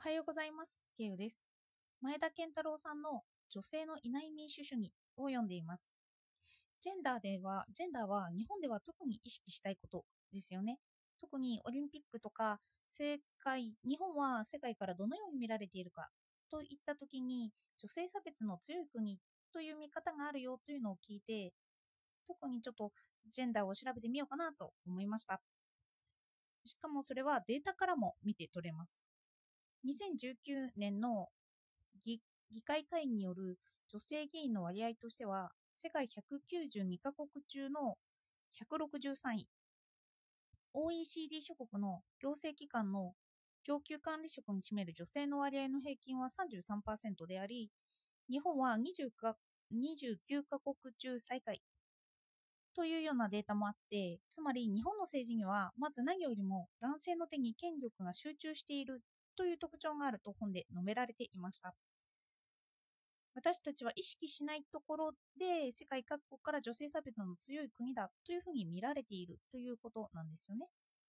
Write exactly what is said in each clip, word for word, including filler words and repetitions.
おはようございます。ケイウです。前田健太郎さんの女性のいない民主主義を読んでいます。ジェンダーでは、ジェンダーは日本では特に意識したいことですよね。特にオリンピックとか世界、日本は世界からどのように見られているかといった時に、女性差別の強い国という見方があるよというのを聞いて、特にちょっとジェンダーを調べてみようかなと思いました。しかもそれはデータからも見て取れます。にせんじゅうきゅうねんの議議会会議による女性議員の割合としては、世界ひゃくきゅうじゅうにカ国中のひゃくろくじゅうさんい、オーイーシーディー 諸国の行政機関の上級管理職に占める女性の割合の平均はさんじゅうさんパーセントであり、日本はにじゅうかにじゅうきゅうカ国中最下位というようなデータもあって、つまり日本の政治にはまず何よりも男性の手に権力が集中しているという特徴があると本で述べられていました。私たちは意識しないところで世界各国から女性差別の強い国だというふうに見られているということなんですよね。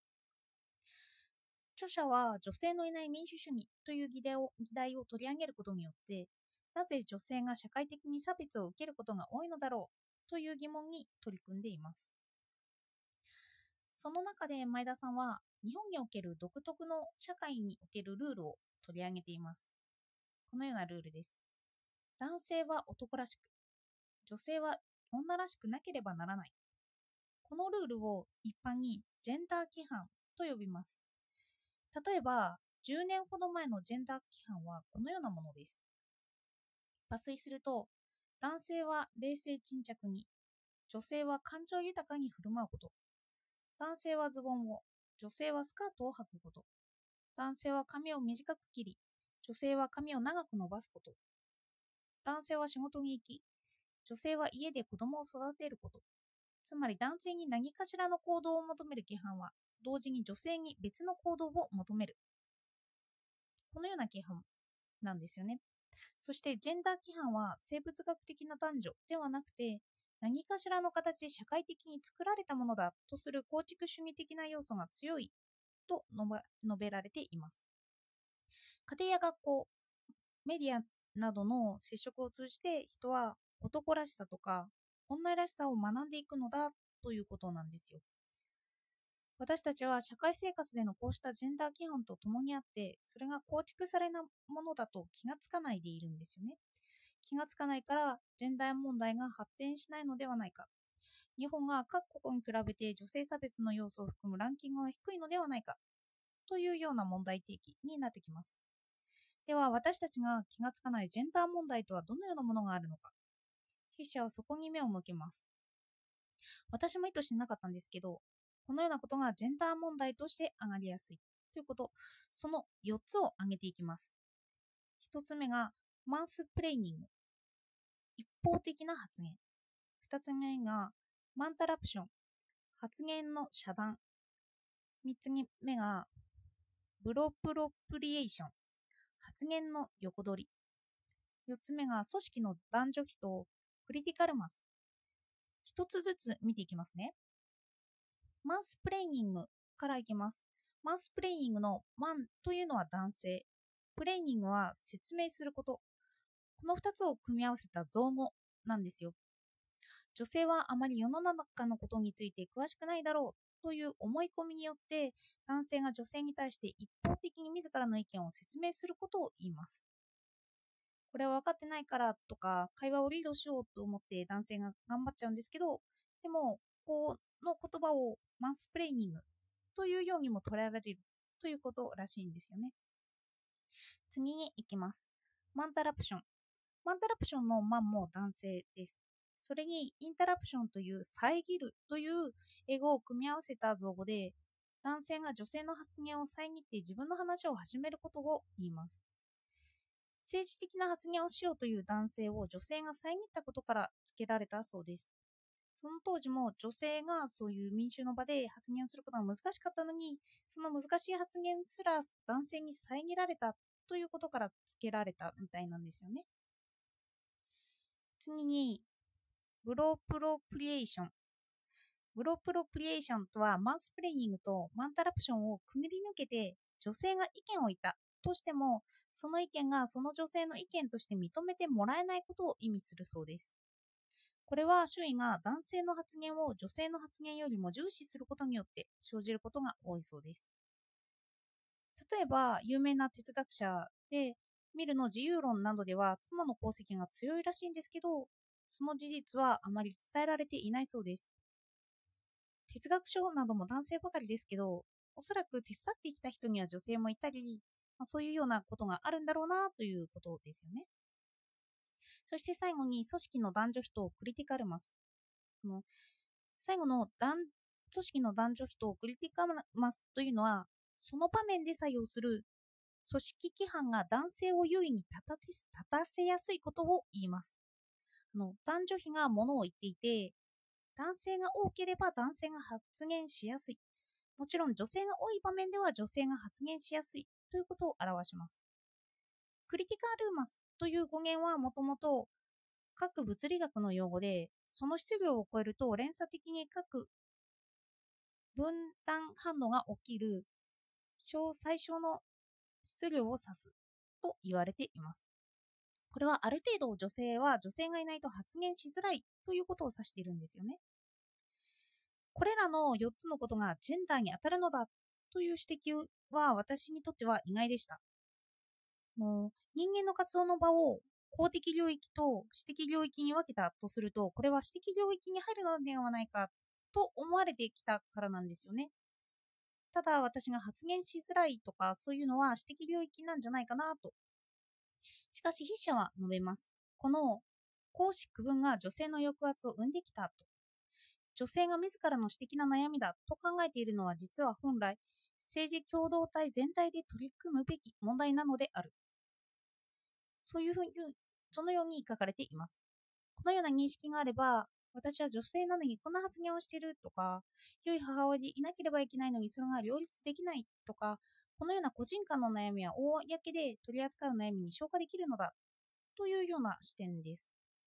著者は女性のいない民主主義という議題を議題を取り上げることによって、なぜ女性が社会的に差別を受けることが多いのだろうという疑問に取り組んでいます。その中で前田さんは日本における独特の社会におけるルールを取り上げています。このようなルールです。男性は男らしく、女性は女らしくなければならない。このルールを一般にジェンダー規範と呼びます。例えば、じゅうねんほど前のジェンダー規範はこのようなものです。抜粋すると、男性は冷静沈着に、女性は感情豊かに振る舞うこと。男性はズボンを、女性はスカートを履くこと。男性は髪を短く切り、女性は髪を長く伸ばすこと。男性は仕事に行き、女性は家で子供を育てること。つまり男性に何かしらの行動を求める規範は、同時に女性に別の行動を求める。このような規範なんですよね。そしてジェンダー規範は生物学的な男女ではなくて、何かしらの形で社会的に作られたものだとする構築主義的な要素が強いと述べられています。家庭や学校、メディアなどの接触を通じて人は男らしさとか女らしさを学んでいくのだということなんですよ。私たちは社会生活でのこうしたジェンダー規範とともにあって、それが構築されなものだと気がつかないでいるんですよね。気がつかないからジェンダー問題が発展しないのではないか。日本が各国に比べて女性差別の要素を含むランキングが低いのではないかというような問題提起になってきます。では私たちが気がつかないジェンダー問題とはどのようなものがあるのか。筆者はそこに目を向けます。私も意図してなかったんですけど、このようなことがジェンダー問題として上がりやすいということ、そのよっつを挙げていきます。ひとつめがマンスプレーニング、一方的な発言。ふたつめがマンタラプション、発言の遮断。みっつめがブロプロプリエーション、発言の横取り。よっつめが組織の男女比とクリティカルマス。一つずつ見ていきますね。マンスプレーニングからいきます。マンスプレーニングのマンというのは男性。プレーニングは説明すること。このふたつを組み合わせた造語なんですよ。女性はあまり世の中のことについて詳しくないだろうという思い込みによって、男性が女性に対して一方的に自らの意見を説明することを言います。これは分かってないからとか、会話をリードしようと思って男性が頑張っちゃうんですけど、でも、この言葉をマンスプレーニングというようにも捉えられるということらしいんですよね。次に行きます。マンタラプション。マンタラプションのマンも男性です。それにインタラプションという遮るという英語を組み合わせた造語で、男性が女性の発言を遮って自分の話を始めることを言います。政治的な発言をしようという男性を女性が遮ったことから付けられたそうです。その当時も女性がそういう民衆の場で発言することが難しかったのに、その難しい発言すら男性に遮られたということから付けられたみたいなんですよね。次に、ブロプロプリエーション。ブロプロプリエーションとはマンスプレーニングとマンタラプションをくぐり抜けて女性が意見を言ったとしても、その意見がその女性の意見として認めてもらえないことを意味するそうです。これは周囲が男性の発言を女性の発言よりも重視することによって生じることが多いそうです。例えば、有名な哲学者で、ミルの自由論などでは妻の功績が強いらしいんですけど、その事実はあまり伝えられていないそうです。哲学書なども男性ばかりですけど、おそらく手伝ってきた人には女性もいたり、まあ、そういうようなことがあるんだろうなということですよね。そして最後に組織の男女比とクリティカルマス。この最後の男組織の男女比とクリティカルマスというのは、その場面で作用する組織規範が男性を優位に立たて立たせやすいことを言います。あの男女比がものを言っていて、男性が多ければ男性が発言しやすい。もちろん女性が多い場面では女性が発言しやすいということを表します。クリティカルマスという語源はもともと各物理学の用語で、その質量を超えると連鎖的に各分断反応が起きる小最小の質量を指すと言われています。これはある程度女性は女性がいないと発言しづらいということを指しているんですよね。これらのよっつのことがジェンダーに当たるのだという指摘は私にとっては意外でした。もう人間の活動の場を公的領域と私的領域に分けたとすると、これは私的領域に入るのではないかと思われてきたからなんですよね。ただ私が発言しづらいとかそういうのは私的領域なんじゃないかなと。しかし筆者は述べます。この公私区分が女性の抑圧を生んできたと。女性が自らの私的な悩みだと考えているのは実は本来政治共同体全体で取り組むべき問題なのである。そういうふうに、そのように書かれています。このような認識があれば、私は女性なのにこんな発言をしているとか、良い母親でいなければいけないのにそれが両立できないとか、このような個人間の悩みは公で取り扱う悩みに消化できるのだというような視点です。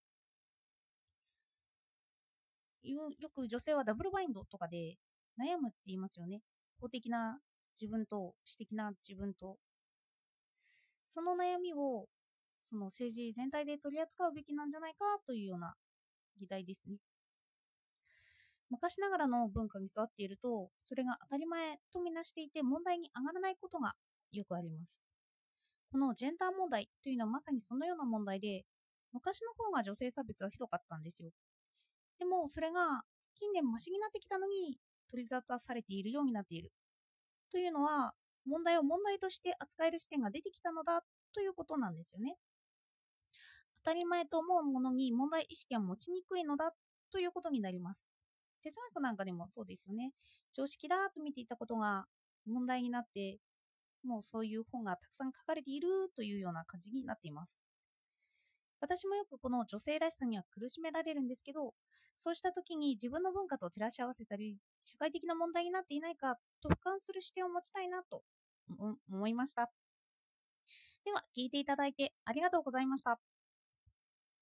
よく女性はダブルバインドとかで悩むって言いますよね。法的な自分と私的な自分と。その悩みをその政治全体で取り扱うべきなんじゃないかというような議題ですね。昔ながらの文化に育っていると、それが当たり前とみなしていて問題に上がらないことがよくあります。このジェンダー問題というのはまさにそのような問題で、昔の方が女性差別はひどかったんですよ。でもそれが近年マシになってきたのに取り沙汰されているようになっているというのは、問題を問題として扱える視点が出てきたのだということなんですよね。当たり前と思うものに問題意識は持ちにくいのだということになります。哲学なんかでもそうですよね。常識だと見ていたことが問題になって、もうそういう本がたくさん書かれているというような感じになっています。私もよくこの女性らしさには苦しめられるんですけど、そうした時に自分の文化と照らし合わせたり、社会的な問題になっていないかと俯瞰する視点を持ちたいなと思いました。では、聞いていただいてありがとうございました。